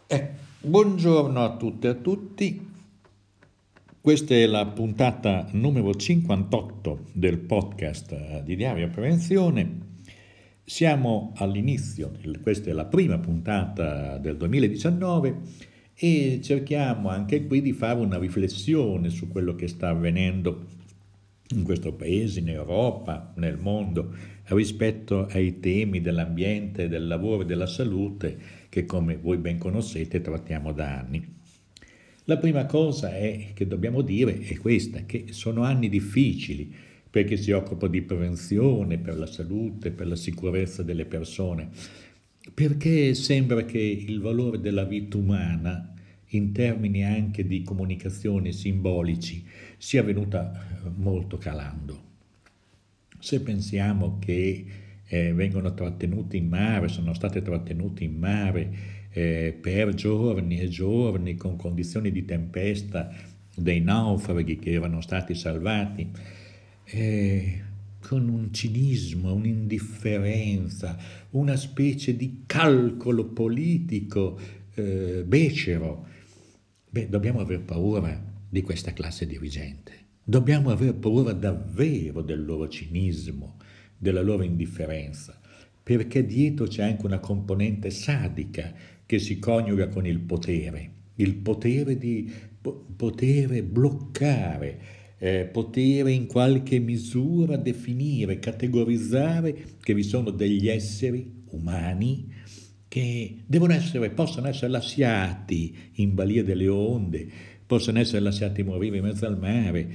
Buongiorno a tutte e a tutti, questa è la puntata numero 58 del podcast di Diario Prevenzione. Siamo all'inizio, questa è la prima puntata del 2019 e cerchiamo anche qui di fare una riflessione su quello che sta avvenendo in questo paese, in Europa, nel mondo, rispetto ai temi dell'ambiente, del lavoro e della salute che, come voi ben conoscete, trattiamo da anni. La prima cosa che dobbiamo dire è questa, che sono anni difficili perché si occupa di prevenzione per la salute, per la sicurezza delle persone, perché sembra che il valore della vita umana, in termini anche di comunicazione simbolici, sia venuta molto calando. Se pensiamo che vengono trattenuti in mare, sono state trattenute in mare per giorni e giorni con condizioni di tempesta dei naufraghi che erano stati salvati, eh, con un cinismo, un'indifferenza, una specie di calcolo politico becero. Dobbiamo aver paura di questa classe dirigente. Dobbiamo aver paura davvero del loro cinismo, della loro indifferenza, perché dietro c'è anche una componente sadica che si coniuga con il potere di potere bloccare, potere in qualche misura definire, categorizzare che vi sono degli esseri umani che possono essere lasciati in balia delle onde, possono essere lasciati morire in mezzo al mare,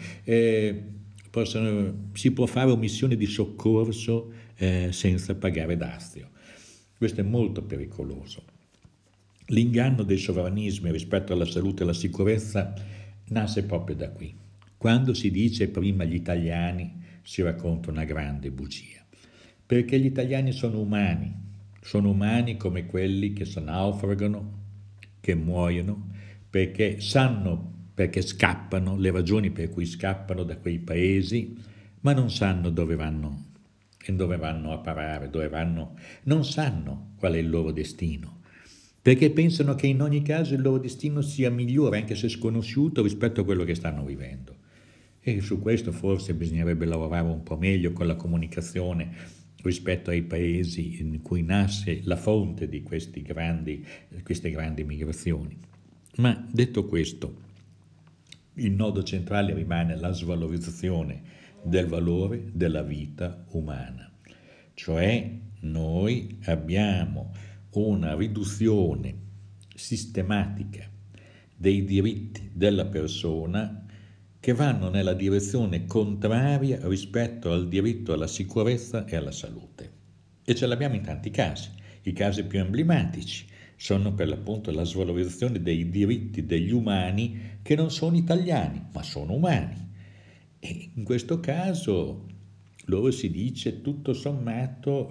si può fare omissione di soccorso senza pagare dazio. Questo è molto pericoloso. L'inganno dei sovranismi rispetto alla salute e alla sicurezza nasce proprio da qui. Quando si dice prima gli italiani si racconta una grande bugia, perché gli italiani sono umani come quelli che naufragano, che muoiono, perché scappano, le ragioni per cui scappano da quei paesi, ma non sanno dove vanno e dove vanno a parare, non sanno qual è il loro destino, perché pensano che in ogni caso il loro destino sia migliore, anche se sconosciuto, rispetto a quello che stanno vivendo. E su questo forse bisognerebbe lavorare un po' meglio con la comunicazione rispetto ai paesi in cui nasce la fonte di queste grandi migrazioni. Ma detto questo, il nodo centrale rimane la svalorizzazione del valore della vita umana, cioè noi abbiamo una riduzione sistematica dei diritti della persona che vanno nella direzione contraria rispetto al diritto alla sicurezza e alla salute. E ce l'abbiamo in tanti casi. I casi più emblematici sono per l'appunto la svalorizzazione dei diritti degli umani che non sono italiani, ma sono umani. E in questo caso loro si dice tutto sommato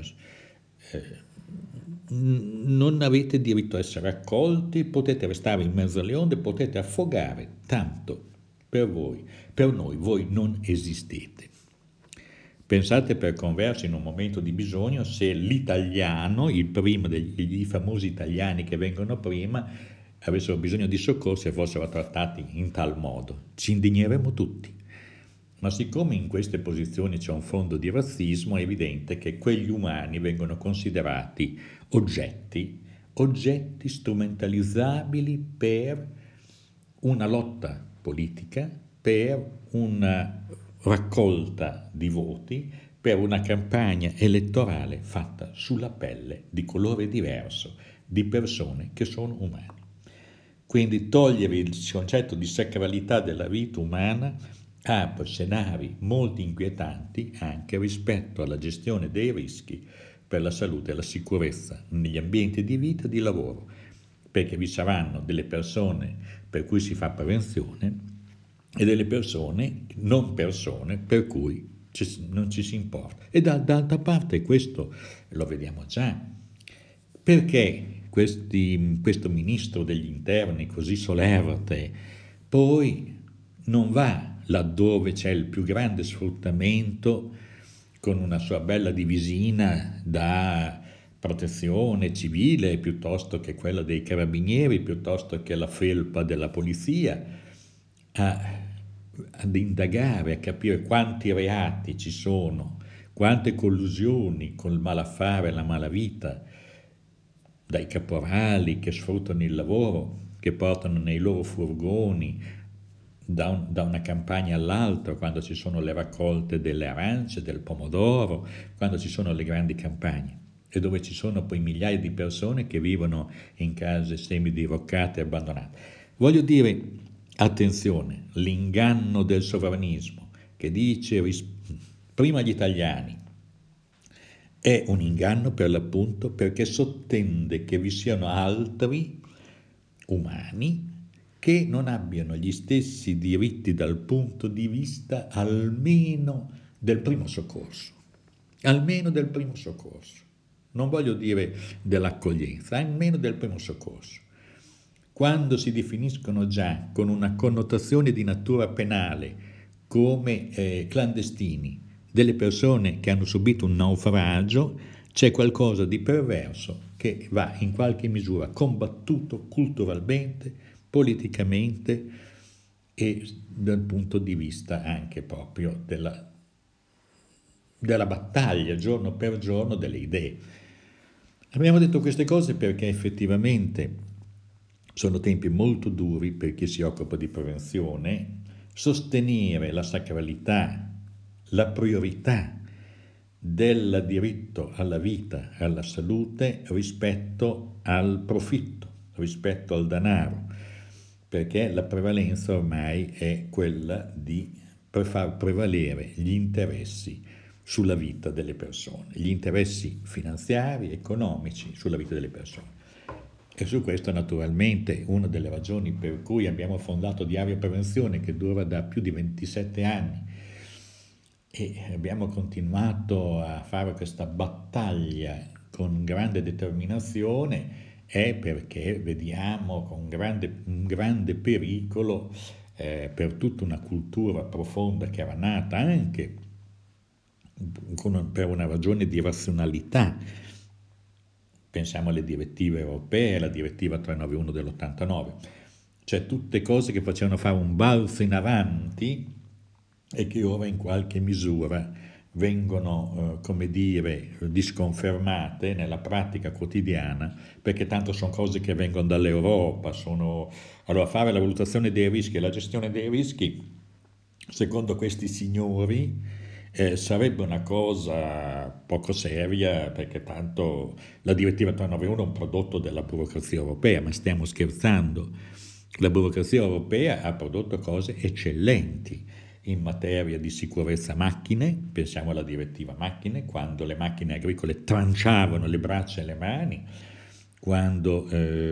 non avete diritto a essere accolti, potete restare in mezzo alle onde, potete affogare, tanto per noi voi non esistete. Pensate per converso in un momento di bisogno se l'italiano, il primo degli famosi italiani che vengono prima, avessero bisogno di soccorso e fossero trattati in tal modo. Ci indigneremmo tutti. Ma siccome in queste posizioni c'è un fondo di razzismo, è evidente che quegli umani vengono considerati oggetti strumentalizzabili per una lotta politica, per una raccolta di voti, per una campagna elettorale fatta sulla pelle di colore diverso di persone che sono umane. Quindi togliere il concetto di sacralità della vita umana apre scenari molto inquietanti anche rispetto alla gestione dei rischi per la salute e la sicurezza negli ambienti di vita e di lavoro, perché vi saranno delle persone per cui si fa prevenzione e delle persone, non persone, per cui non ci si importa. E d'altra parte questo lo vediamo già. Perché questo ministro degli interni così solerte poi non va laddove c'è il più grande sfruttamento con una sua bella divisina da protezione civile, piuttosto che quella dei carabinieri, piuttosto che la felpa della polizia, ad indagare, a capire quanti reati ci sono, quante collusioni col malaffare e la malavita, dai caporali che sfruttano il lavoro, che portano nei loro furgoni da una campagna all'altra, quando ci sono le raccolte delle arance, del pomodoro, quando ci sono le grandi campagne, e dove ci sono poi migliaia di persone che vivono in case semidiroccate e abbandonate. Voglio dire, attenzione, l'inganno del sovranismo che dice prima gli italiani è un inganno per l'appunto perché sottende che vi siano altri umani che non abbiano gli stessi diritti dal punto di vista almeno del primo soccorso. Almeno del primo soccorso. Non voglio dire dell'accoglienza, almeno del primo soccorso. Quando si definiscono già con una connotazione di natura penale come clandestini delle persone che hanno subito un naufragio, c'è qualcosa di perverso che va in qualche misura combattuto culturalmente, politicamente e dal punto di vista anche proprio della battaglia giorno per giorno delle idee. Abbiamo detto queste cose perché effettivamente sono tempi molto duri per chi si occupa di prevenzione. Sostenere la sacralità, la priorità del diritto alla vita e alla salute rispetto al profitto, rispetto al denaro, perché la prevalenza ormai è quella di far prevalere gli interessi sulla vita delle persone, gli interessi finanziari, economici sulla vita delle persone. E su questo naturalmente una delle ragioni per cui abbiamo fondato Diario Prevenzione, che dura da più di 27 anni, e abbiamo continuato a fare questa battaglia con grande determinazione, è perché vediamo con un grande pericolo per tutta una cultura profonda che era nata anche per una ragione di razionalità. Pensiamo alle direttive europee, alla direttiva 391 dell'89, cioè tutte cose che facevano fare un balzo in avanti e che ora in qualche misura vengono, come dire, disconfermate nella pratica quotidiana, perché tanto sono cose che vengono dall'Europa, allora fare la valutazione dei rischi e la gestione dei rischi, secondo questi signori, sarebbe una cosa poco seria, perché tanto la direttiva 391 è un prodotto della burocrazia europea, ma stiamo scherzando. La burocrazia europea ha prodotto cose eccellenti in materia di sicurezza macchine, pensiamo alla direttiva macchine, quando le macchine agricole tranciavano le braccia e le mani, quando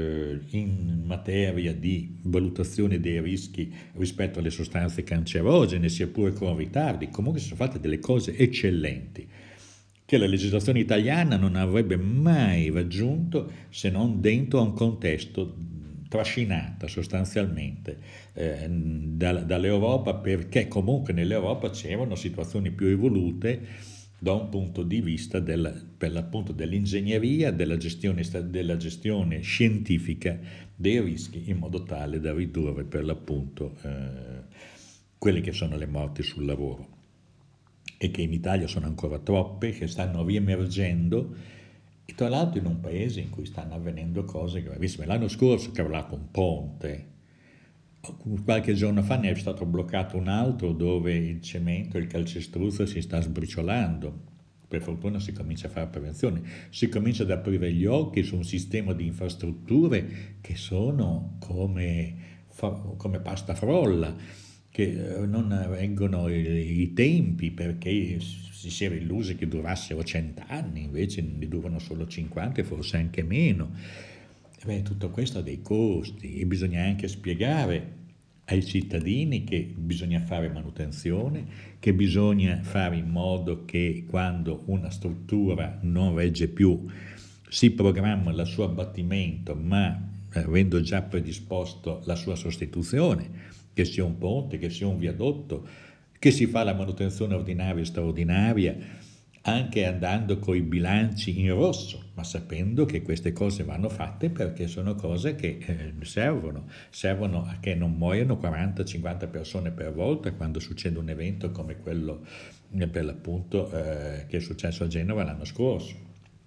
in materia di valutazione dei rischi rispetto alle sostanze cancerogene, sia pure con ritardi, comunque sono fatte delle cose eccellenti che la legislazione italiana non avrebbe mai raggiunto se non dentro a un contesto trascinata sostanzialmente dall'Europa, perché comunque nell'Europa c'erano situazioni più evolute da un punto di vista per l'appunto dell'ingegneria, della gestione scientifica dei rischi, in modo tale da ridurre per l'appunto quelle che sono le morti sul lavoro, e che in Italia sono ancora troppe, che stanno riemergendo, e tra l'altro in un paese in cui stanno avvenendo cose gravissime. L'anno scorso è crollato un ponte, qualche giorno fa ne è stato bloccato un altro dove il cemento, il calcestruzzo si sta sbriciolando. Per fortuna si comincia a fare prevenzione, si comincia ad aprire gli occhi su un sistema di infrastrutture che sono come pasta frolla, che non reggono i tempi, perché si era illusi che durassero 100 anni, invece ne durano solo 50 e forse anche meno. Tutto questo ha dei costi e bisogna anche spiegare ai cittadini che bisogna fare manutenzione, che bisogna fare in modo che quando una struttura non regge più si programma il suo abbattimento, ma avendo già predisposto la sua sostituzione, che sia un ponte, che sia un viadotto, che si fa la manutenzione ordinaria e straordinaria anche andando coi bilanci in rosso, ma sapendo che queste cose vanno fatte perché sono cose che servono a che non muoiano 40-50 persone per volta quando succede un evento come quello per l'appunto che è successo a Genova l'anno scorso.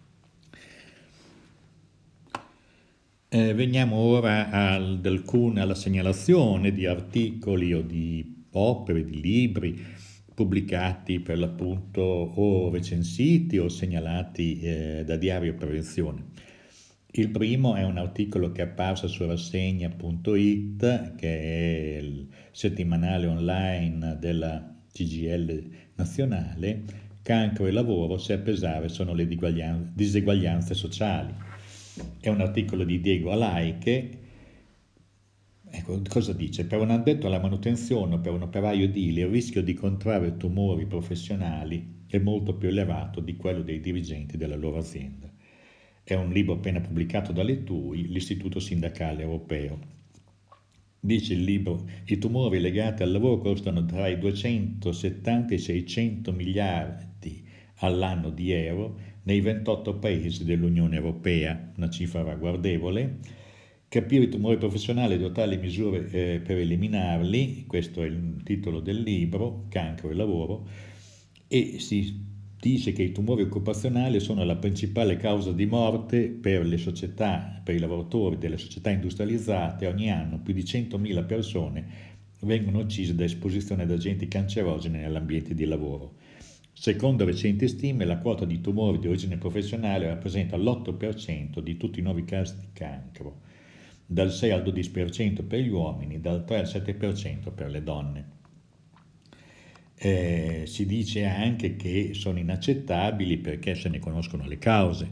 Veniamo ora alla segnalazione di articoli o di opere, di libri pubblicati per l'appunto o recensiti o segnalati da Diario Prevenzione. Il primo è un articolo che è apparso su rassegna.it, che è il settimanale online della CGIL nazionale. Cancro e lavoro, se a pesare sono le diseguaglianze sociali. È un articolo di Diego Alaiche. Ecco, cosa dice? Per un addetto alla manutenzione o per un operaio edile il rischio di contrarre tumori professionali è molto più elevato di quello dei dirigenti della loro azienda. È un libro appena pubblicato dalle TUI, l'Istituto Sindacale Europeo. Dice il libro, i tumori legati al lavoro costano tra i 270 e i 600 miliardi all'anno di euro nei 28 paesi dell'Unione Europea, una cifra ragguardevole. Capire i tumori professionali e adottare le misure per eliminarli, questo è il titolo del libro, Cancro e lavoro, e si dice che i tumori occupazionali sono la principale causa di morte per le società, per i lavoratori delle società industrializzate. Ogni anno più di 100.000 persone vengono uccise da esposizione ad agenti cancerogeni nell'ambiente di lavoro. Secondo recenti stime, la quota di tumori di origine professionale rappresenta l'8% di tutti i nuovi casi di cancro, dal 6 al 12% per gli uomini, dal 3 al 7% per le donne. Si dice anche che sono inaccettabili perché se ne conoscono le cause.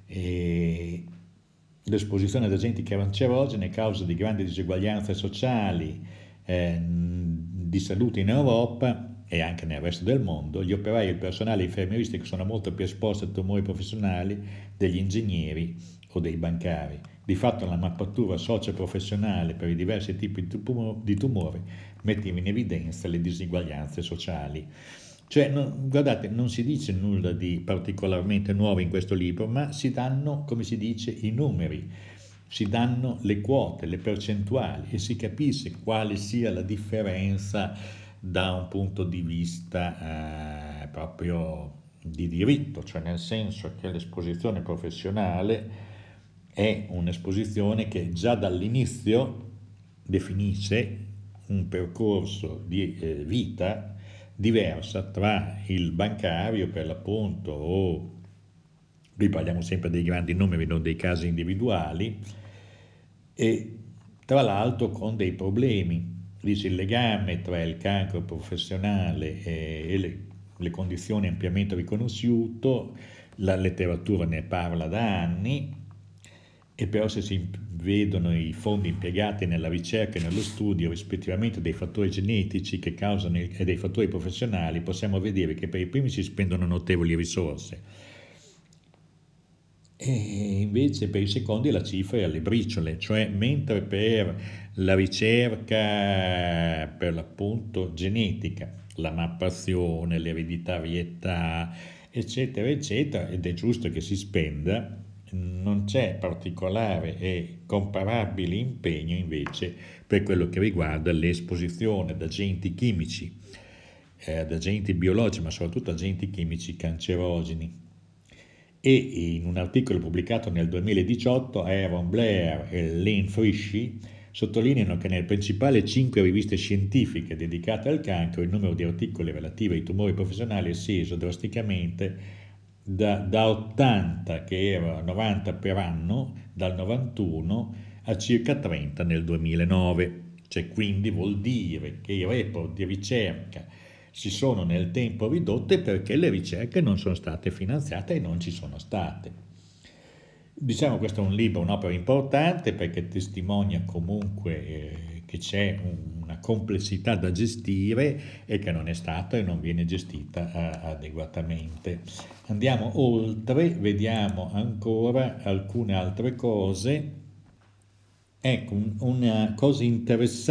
L'esposizione ad agenti cancerogeni è causa di grandi diseguaglianze sociali, di salute in Europa e anche nel resto del mondo. Gli operai e il personale infermieristico sono molto più esposti a tumori professionali degli ingegneri o dei bancari. Di fatto la mappatura socio-professionale per i diversi tipi di tumori metteva in evidenza le diseguaglianze sociali. Cioè, guardate, non si dice nulla di particolarmente nuovo in questo libro, ma si danno, come si dice, i numeri, si danno le quote, le percentuali e si capisce quale sia la differenza da un punto di vista proprio di diritto, cioè nel senso che l'esposizione professionale è un'esposizione che già dall'inizio definisce un percorso di vita diversa tra il bancario per l'appunto o qui parliamo sempre dei grandi numeri, non dei casi individuali, e tra l'altro con dei problemi. Dice il legame tra il cancro professionale e le condizioni ampiamente riconosciuto, la letteratura ne parla da anni, e però se si vedono i fondi impiegati nella ricerca e nello studio rispettivamente dei fattori genetici che causano e dei fattori professionali, possiamo vedere che per i primi si spendono notevoli risorse e invece per i secondi la cifra è alle briciole, cioè mentre per la ricerca per l'appunto genetica, la mappazione, l'ereditarietà, eccetera, eccetera, ed è giusto che si spenda, non c'è particolare e comparabile impegno invece per quello che riguarda l'esposizione ad agenti chimici, ad agenti biologici, ma soprattutto agenti chimici cancerogeni. E in un articolo pubblicato nel 2018 Aaron Blair e Lynn Frisci sottolineano che nelle principali 5 riviste scientifiche dedicate al cancro il numero di articoli relativi ai tumori professionali è sceso drasticamente da 80, che era 90 per anno, dal 91 a circa 30 nel 2009. Cioè, quindi vuol dire che i report di ricerca si sono nel tempo ridotte perché le ricerche non sono state finanziate e non ci sono state. Diciamo questo è un libro, un'opera importante perché testimonia comunque che c'è una complessità da gestire e che non è stata e non viene gestita adeguatamente. Andiamo oltre, vediamo ancora alcune altre cose. Ecco, una cosa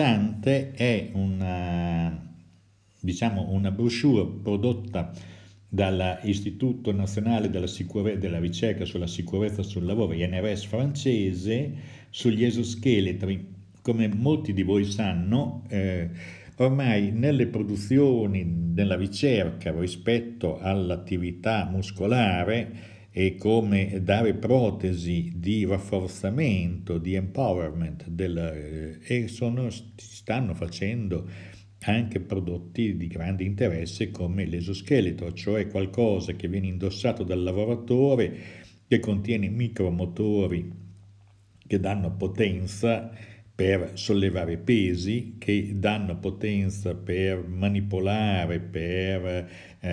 interessante è una, diciamo, una brochure prodotta dall'Istituto Nazionale della Ricerca sulla Sicurezza sul Lavoro, INRS francese, sugli esoscheletri. Come molti di voi sanno, ormai nelle produzioni, nella ricerca rispetto all'attività muscolare e come dare protesi di rafforzamento, di empowerment, si stanno facendo anche prodotti di grande interesse come l'esoscheletro, cioè qualcosa che viene indossato dal lavoratore, che contiene micromotori che danno potenza per sollevare pesi, che danno potenza per manipolare, per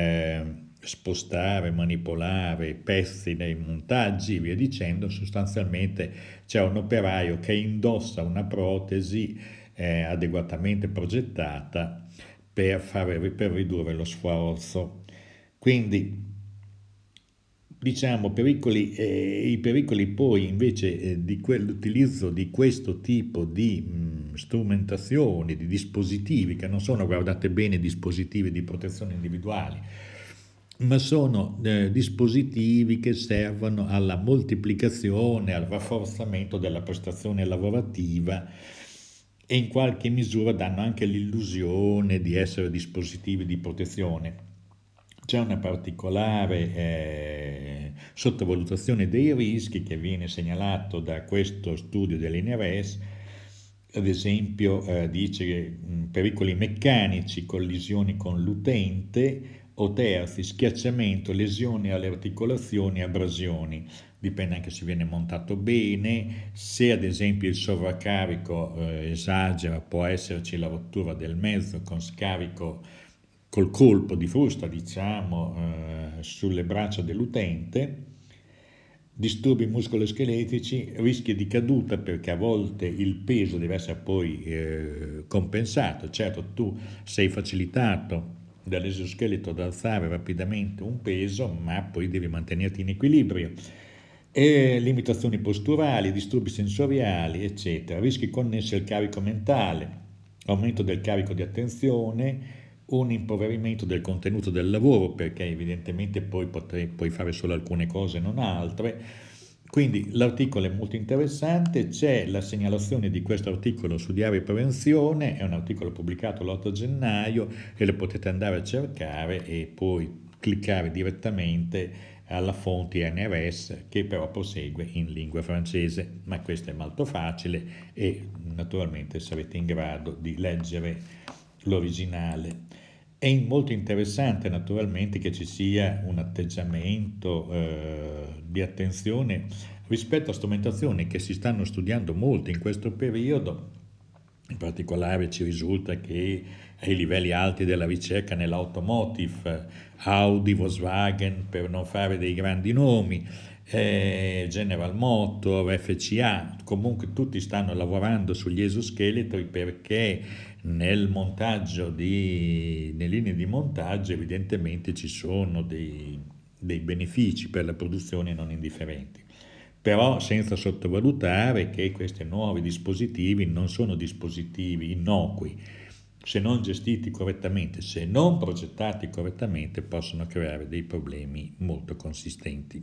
spostare, manipolare pezzi nei montaggi, via dicendo. Sostanzialmente c'è un operaio che indossa una protesi adeguatamente progettata per ridurre lo sforzo. Quindi diciamo i pericoli poi invece di l'utilizzo di questo tipo di strumentazioni, di dispositivi che non sono, guardate bene, dispositivi di protezione individuali, ma sono dispositivi che servono alla moltiplicazione, al rafforzamento della prestazione lavorativa e in qualche misura danno anche l'illusione di essere dispositivi di protezione. C'è una particolare sottovalutazione dei rischi che viene segnalato da questo studio dell'INRS. Ad esempio dice che pericoli meccanici, collisioni con l'utente o terzi, schiacciamento, lesioni alle articolazioni, abrasioni. Dipende anche se viene montato bene, se ad esempio il sovraccarico esagera, può esserci la rottura del mezzo con scarico col colpo di frusta, diciamo, sulle braccia dell'utente. Disturbi muscoloscheletrici, rischi di caduta perché a volte il peso deve essere poi compensato. Certo, tu sei facilitato dall'esoscheletro ad alzare rapidamente un peso, ma poi devi mantenerti in equilibrio. E limitazioni posturali, disturbi sensoriali, eccetera. Rischi connessi al carico mentale, aumento del carico di attenzione, un impoverimento del contenuto del lavoro, perché evidentemente poi puoi fare solo alcune cose e non altre. Quindi l'articolo è molto interessante, c'è la segnalazione di questo articolo su Diario e Prevenzione, è un articolo pubblicato l'8 gennaio e lo potete andare a cercare e poi cliccare direttamente alla fonte INRS, che però prosegue in lingua francese, ma questo è molto facile e naturalmente sarete in grado di leggere l'originale. È molto interessante naturalmente che ci sia un atteggiamento di attenzione rispetto a strumentazioni che si stanno studiando molto in questo periodo. In particolare ci risulta che ai livelli alti della ricerca nell'automotive, Audi, Volkswagen, per non fare dei grandi nomi, General Motors, FCA, comunque tutti stanno lavorando sugli esoscheletri perché nel montaggio nelle linee di montaggio evidentemente ci sono dei benefici per la produzione non indifferenti. Però senza sottovalutare che questi nuovi dispositivi non sono dispositivi innocui, se non gestiti correttamente, se non progettati correttamente, possono creare dei problemi molto consistenti.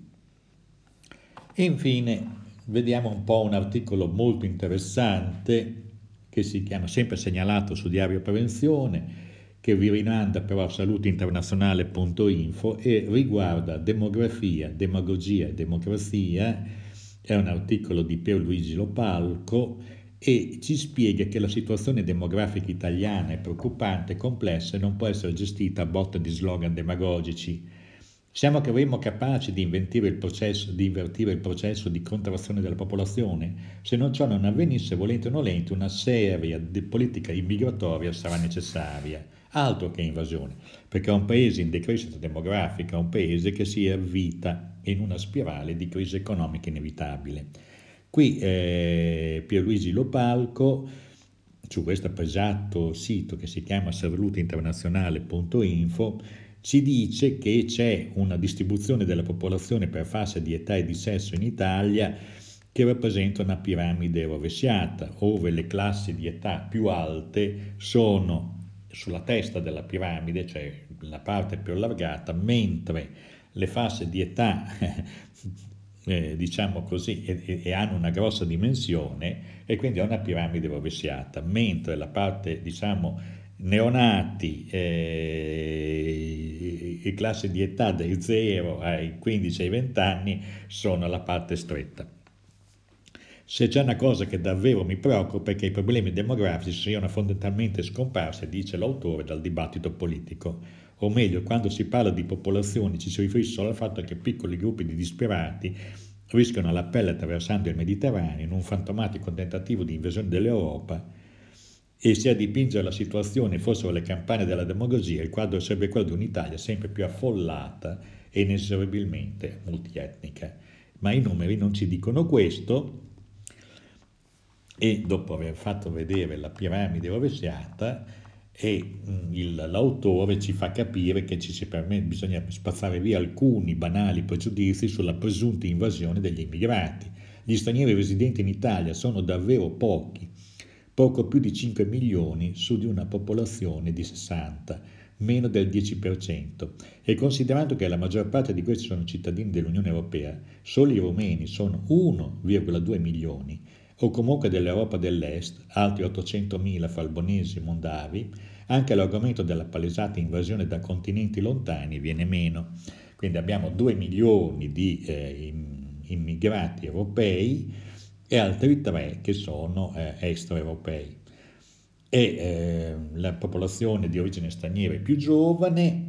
E infine vediamo un po' un articolo molto interessante che si chiama, sempre segnalato su Diario Prevenzione, che vi rimanda però a saluteinternazionale.info e riguarda demografia, demagogia e democrazia. È un articolo di Pierluigi Lopalco e ci spiega che la situazione demografica italiana è preoccupante, complessa e non può essere gestita a botta di slogan demagogici. Siamo che avremmo capaci di invertire il processo di contrazione della popolazione? Se non ciò non avvenisse, volente o nolente, una seria politica immigratoria sarà necessaria, altro che invasione, perché un paese in decrescita demografica è un paese che si avvita in una spirale di crisi economica inevitabile. Qui Pierluigi Lopalco, su questo pregiato sito che si chiama saluteinternazionale.info, ci dice che c'è una distribuzione della popolazione per fascia di età e di sesso in Italia che rappresenta una piramide rovesciata, ove le classi di età più alte sono sulla testa della piramide, cioè la parte più allargata, mentre le fasce di età, diciamo così, e hanno una grossa dimensione e quindi è una piramide rovesciata, mentre la parte, diciamo, neonati e classe di età dai 0 ai 15 ai 20 anni sono la parte stretta. Se c'è una cosa che davvero mi preoccupa è che i problemi demografici siano fondamentalmente scomparsi, dice l'autore, dal dibattito politico. O meglio, quando si parla di popolazioni ci si riferisce solo al fatto che piccoli gruppi di disperati rischiano la pelle attraversando il Mediterraneo in un fantomatico tentativo di invasione dell'Europa e se a dipingere la situazione fossero le campagne della demagogia, il quadro sarebbe quello di un'Italia sempre più affollata e inesorabilmente multietnica. Ma i numeri non ci dicono questo e dopo aver fatto vedere la piramide rovesciata l'autore ci fa capire che bisogna spazzare via alcuni banali pregiudizi sulla presunta invasione degli immigrati. Gli stranieri residenti in Italia sono davvero pochi, poco più di 5 milioni su di una popolazione di 60, meno del 10%, e considerando che la maggior parte di questi sono cittadini dell'Unione Europea, solo i rumeni sono 1,2 milioni, o comunque dell'Europa dell'Est, altri 800.000 fra albanesi e mondavi, anche l'argomento della palesata invasione da continenti lontani viene meno. Quindi abbiamo 2 milioni di immigrati europei e altri 3 che sono extraeuropei. La popolazione di origine straniera è più giovane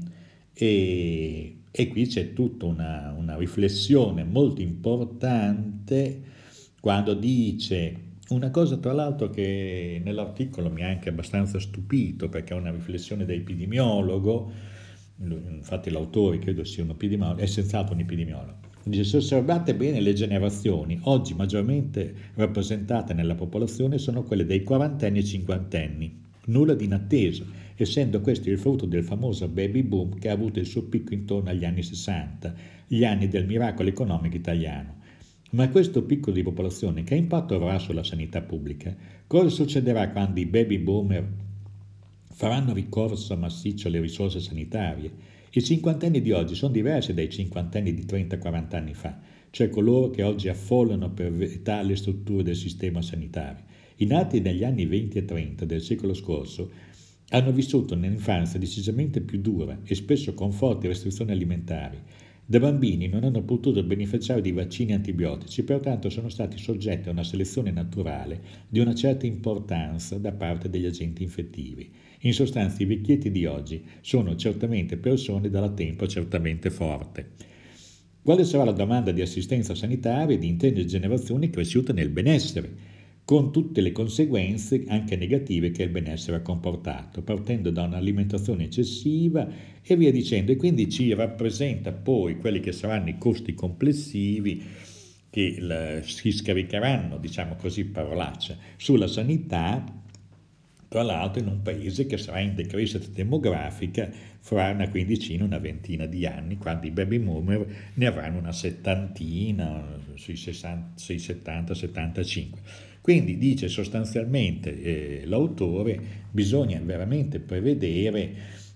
e qui c'è tutta una riflessione molto importante quando dice una cosa, tra l'altro, che nell'articolo mi ha anche abbastanza stupito, perché è una riflessione da epidemiologo. Infatti l'autore credo sia un epidemiologo, è senz'altro un epidemiologo. Dice: se osservate bene le generazioni oggi maggiormente rappresentate nella popolazione sono quelle dei quarantenni e cinquantenni, nulla di inatteso, essendo questo il frutto del famoso baby boom che ha avuto il suo picco intorno agli anni 60, gli anni del miracolo economico italiano. Ma questo picco di popolazione che impatto avrà sulla sanità pubblica? Cosa succederà quando i baby boomer faranno ricorso massiccio alle risorse sanitarie? I cinquantenni di oggi sono diversi dai cinquantenni di 30-40 anni fa, cioè coloro che oggi affollano per età le strutture del sistema sanitario. I nati negli anni 20 e 30 del secolo scorso hanno vissuto un'infanzia decisamente più dura e spesso con forti restrizioni alimentari. Da bambini non hanno potuto beneficiare di vaccini antibiotici, pertanto sono stati soggetti a una selezione naturale di una certa importanza da parte degli agenti infettivi. In sostanza i vecchietti di oggi sono certamente persone dalla tempo certamente forte. Quale sarà la domanda di assistenza sanitaria di intere generazioni cresciute nel benessere, con tutte le conseguenze anche negative che il benessere ha comportato, partendo da un'alimentazione eccessiva e via dicendo, e quindi ci rappresenta poi quelli che saranno i costi complessivi che si scaricheranno, diciamo così, parolacce, sulla sanità, tra l'altro in un paese che sarà in decrescita demografica fra una quindicina, una ventina di anni, quando i baby boomer ne avranno una settantina, sui 70-75. Quindi dice sostanzialmente l'autore, bisogna veramente prevedere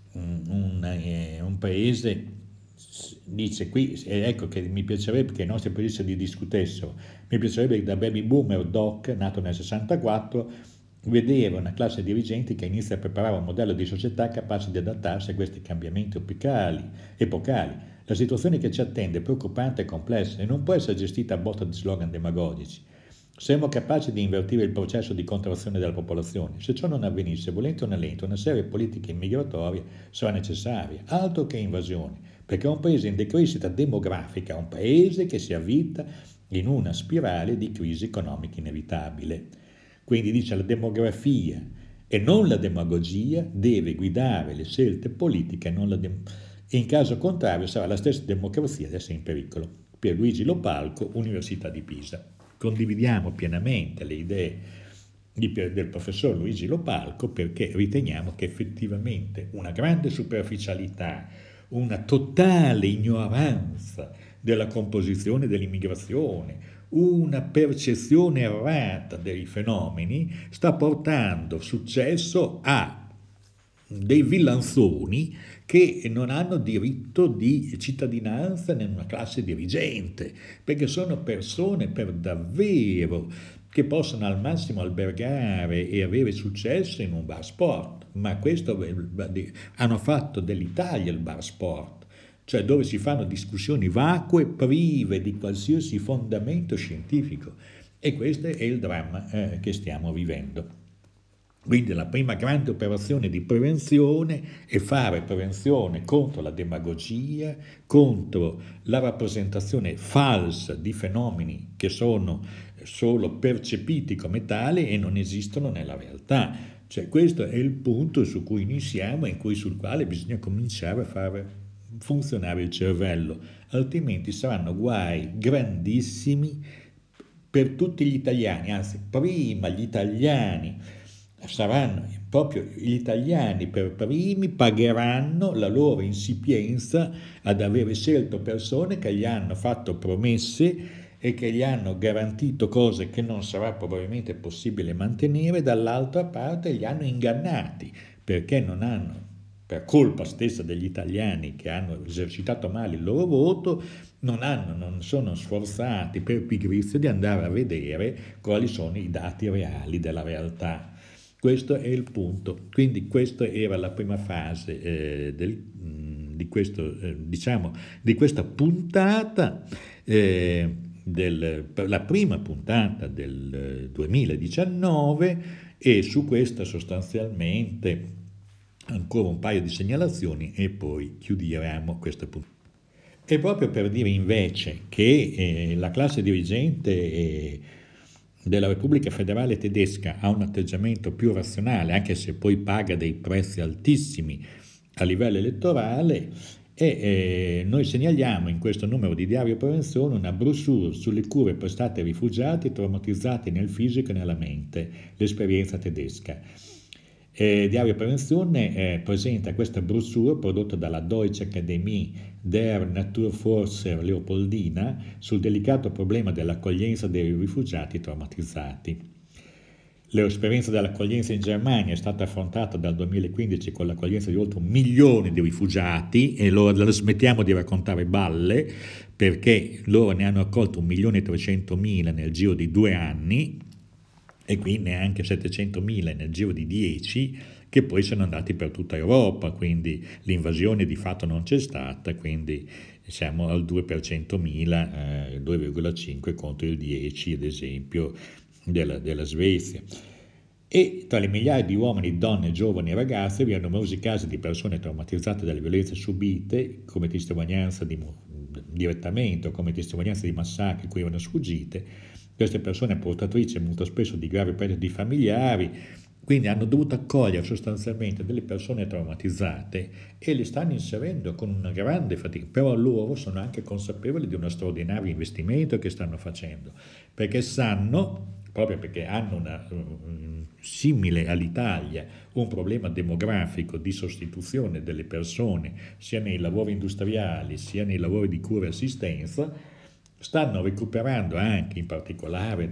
un paese, dice qui, ecco che mi piacerebbe che i nostri paesi li discutessero, mi piacerebbe che da baby boomer doc, nato nel 64, vedere una classe dirigente che inizia a preparare un modello di società capace di adattarsi a questi cambiamenti epocali. La situazione che ci attende è preoccupante e complessa e non può essere gestita a botta di slogan demagogici. Siamo capaci di invertire il processo di contrazione della popolazione. Se ciò non avvenisse, volente o nolente, una seria politica immigratoria sarà necessaria, altro che invasione, perché è un paese in decrescita demografica, è un paese che si avvita in una spirale di crisi economica inevitabile. Quindi dice la demografia e non la demagogia deve guidare le scelte politiche e in caso contrario sarà la stessa democrazia ad essere in pericolo. Pierluigi Lopalco, Università di Pisa. Condividiamo pienamente le idee del professor Luigi Lopalco perché riteniamo che effettivamente una grande superficialità, una totale ignoranza della composizione dell'immigrazione, una percezione errata dei fenomeni sta portando successo a dei villanzoni che non hanno diritto di cittadinanza in una classe dirigente, perché sono persone per davvero che possono al massimo albergare e avere successo in un bar sport, ma questo hanno fatto dell'Italia il bar sport, cioè dove si fanno discussioni vacue, prive di qualsiasi fondamento scientifico. E questo è il dramma che stiamo vivendo. Quindi la prima grande operazione di prevenzione è fare prevenzione contro la demagogia, contro la rappresentazione falsa di fenomeni che sono solo percepiti come tali e non esistono nella realtà. Cioè questo è il punto su cui noi siamo e sul quale bisogna cominciare a fare funzionare il cervello, altrimenti saranno guai grandissimi per tutti gli italiani, anzi prima gli italiani saranno proprio gli italiani per primi pagheranno la loro insipienza ad avere scelto persone che gli hanno fatto promesse e che gli hanno garantito cose che non sarà probabilmente possibile mantenere, dall'altra parte li hanno ingannati perché non hanno, per colpa stessa degli italiani che hanno esercitato male il loro voto, non sono sforzati per pigrizia di andare a vedere quali sono i dati reali della realtà. Questo è il punto. Quindi questa era la prima fase di questo, diciamo, di questa puntata, la prima puntata del 2019, e su questa sostanzialmente ancora un paio di segnalazioni e poi chiudiamo questa puntata. E proprio per dire invece che la classe dirigente della Repubblica Federale Tedesca ha un atteggiamento più razionale, anche se poi paga dei prezzi altissimi a livello elettorale, e noi segnaliamo in questo numero di Diario Prevenzione una brochure sulle cure prestate ai rifugiati traumatizzati nel fisico e nella mente, l'esperienza tedesca. Diario Prevenzione presenta questa brochure prodotta dalla Deutsche Akademie der Naturforschung Leopoldina sul delicato problema dell'accoglienza dei rifugiati traumatizzati. L'esperienza dell'accoglienza in Germania è stata affrontata dal 2015 con l'accoglienza di oltre 1 milione di rifugiati e loro smettiamo di raccontare balle perché loro ne hanno accolto 1.300.000 nel giro di 2 anni e qui neanche 700.000 nel giro di 10, che poi sono andati per tutta Europa, quindi l'invasione di fatto non c'è stata, quindi siamo al 2 per 100.000, 2,5 contro il 10 ad esempio della Svezia. E tra le migliaia di uomini, donne, giovani e ragazze vi erano numerosi casi di persone traumatizzate dalle violenze subite come testimonianza direttamente o come testimonianza di massacri cui erano sfuggite. Queste persone portatrici molto spesso di gravi perdite familiari, quindi hanno dovuto accogliere sostanzialmente delle persone traumatizzate e le stanno inserendo con una grande fatica, però loro sono anche consapevoli di uno straordinario investimento che stanno facendo, perché sanno, proprio perché hanno simile all'Italia, un problema demografico di sostituzione delle persone sia nei lavori industriali sia nei lavori di cura e assistenza, stanno recuperando anche in particolare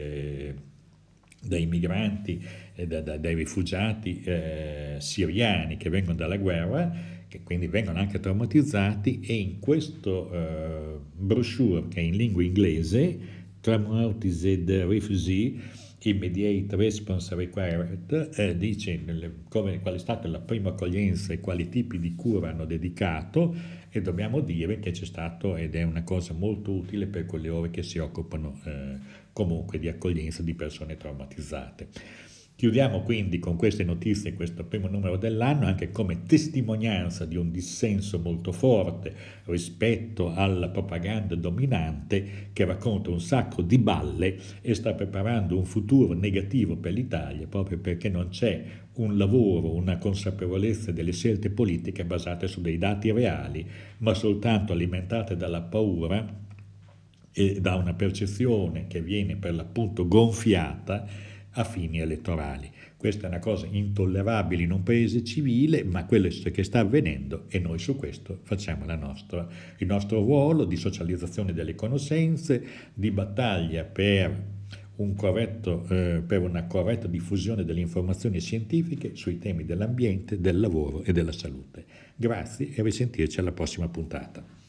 dai migranti, dai rifugiati siriani che vengono dalla guerra, che quindi vengono anche traumatizzati, e in questo brochure che è in lingua inglese, Traumatized Refugee, Immediate Response Required, dice qual è stata la prima accoglienza e quali tipi di cura hanno dedicato, e dobbiamo dire che c'è stato, ed è una cosa molto utile per quelle ore che si occupano comunque di accoglienza di persone traumatizzate. Chiudiamo quindi con queste notizie questo primo numero dell'anno, anche come testimonianza di un dissenso molto forte rispetto alla propaganda dominante che racconta un sacco di balle e sta preparando un futuro negativo per l'Italia, proprio perché non c'è un lavoro, una consapevolezza delle scelte politiche basate su dei dati reali, ma soltanto alimentate dalla paura e da una percezione che viene per l'appunto gonfiata a fini elettorali. Questa è una cosa intollerabile in un paese civile, ma quello che sta avvenendo, e noi su questo facciamo il nostro ruolo di socializzazione delle conoscenze, di battaglia per per una corretta diffusione delle informazioni scientifiche sui temi dell'ambiente, del lavoro e della salute. Grazie e a risentirci alla prossima puntata.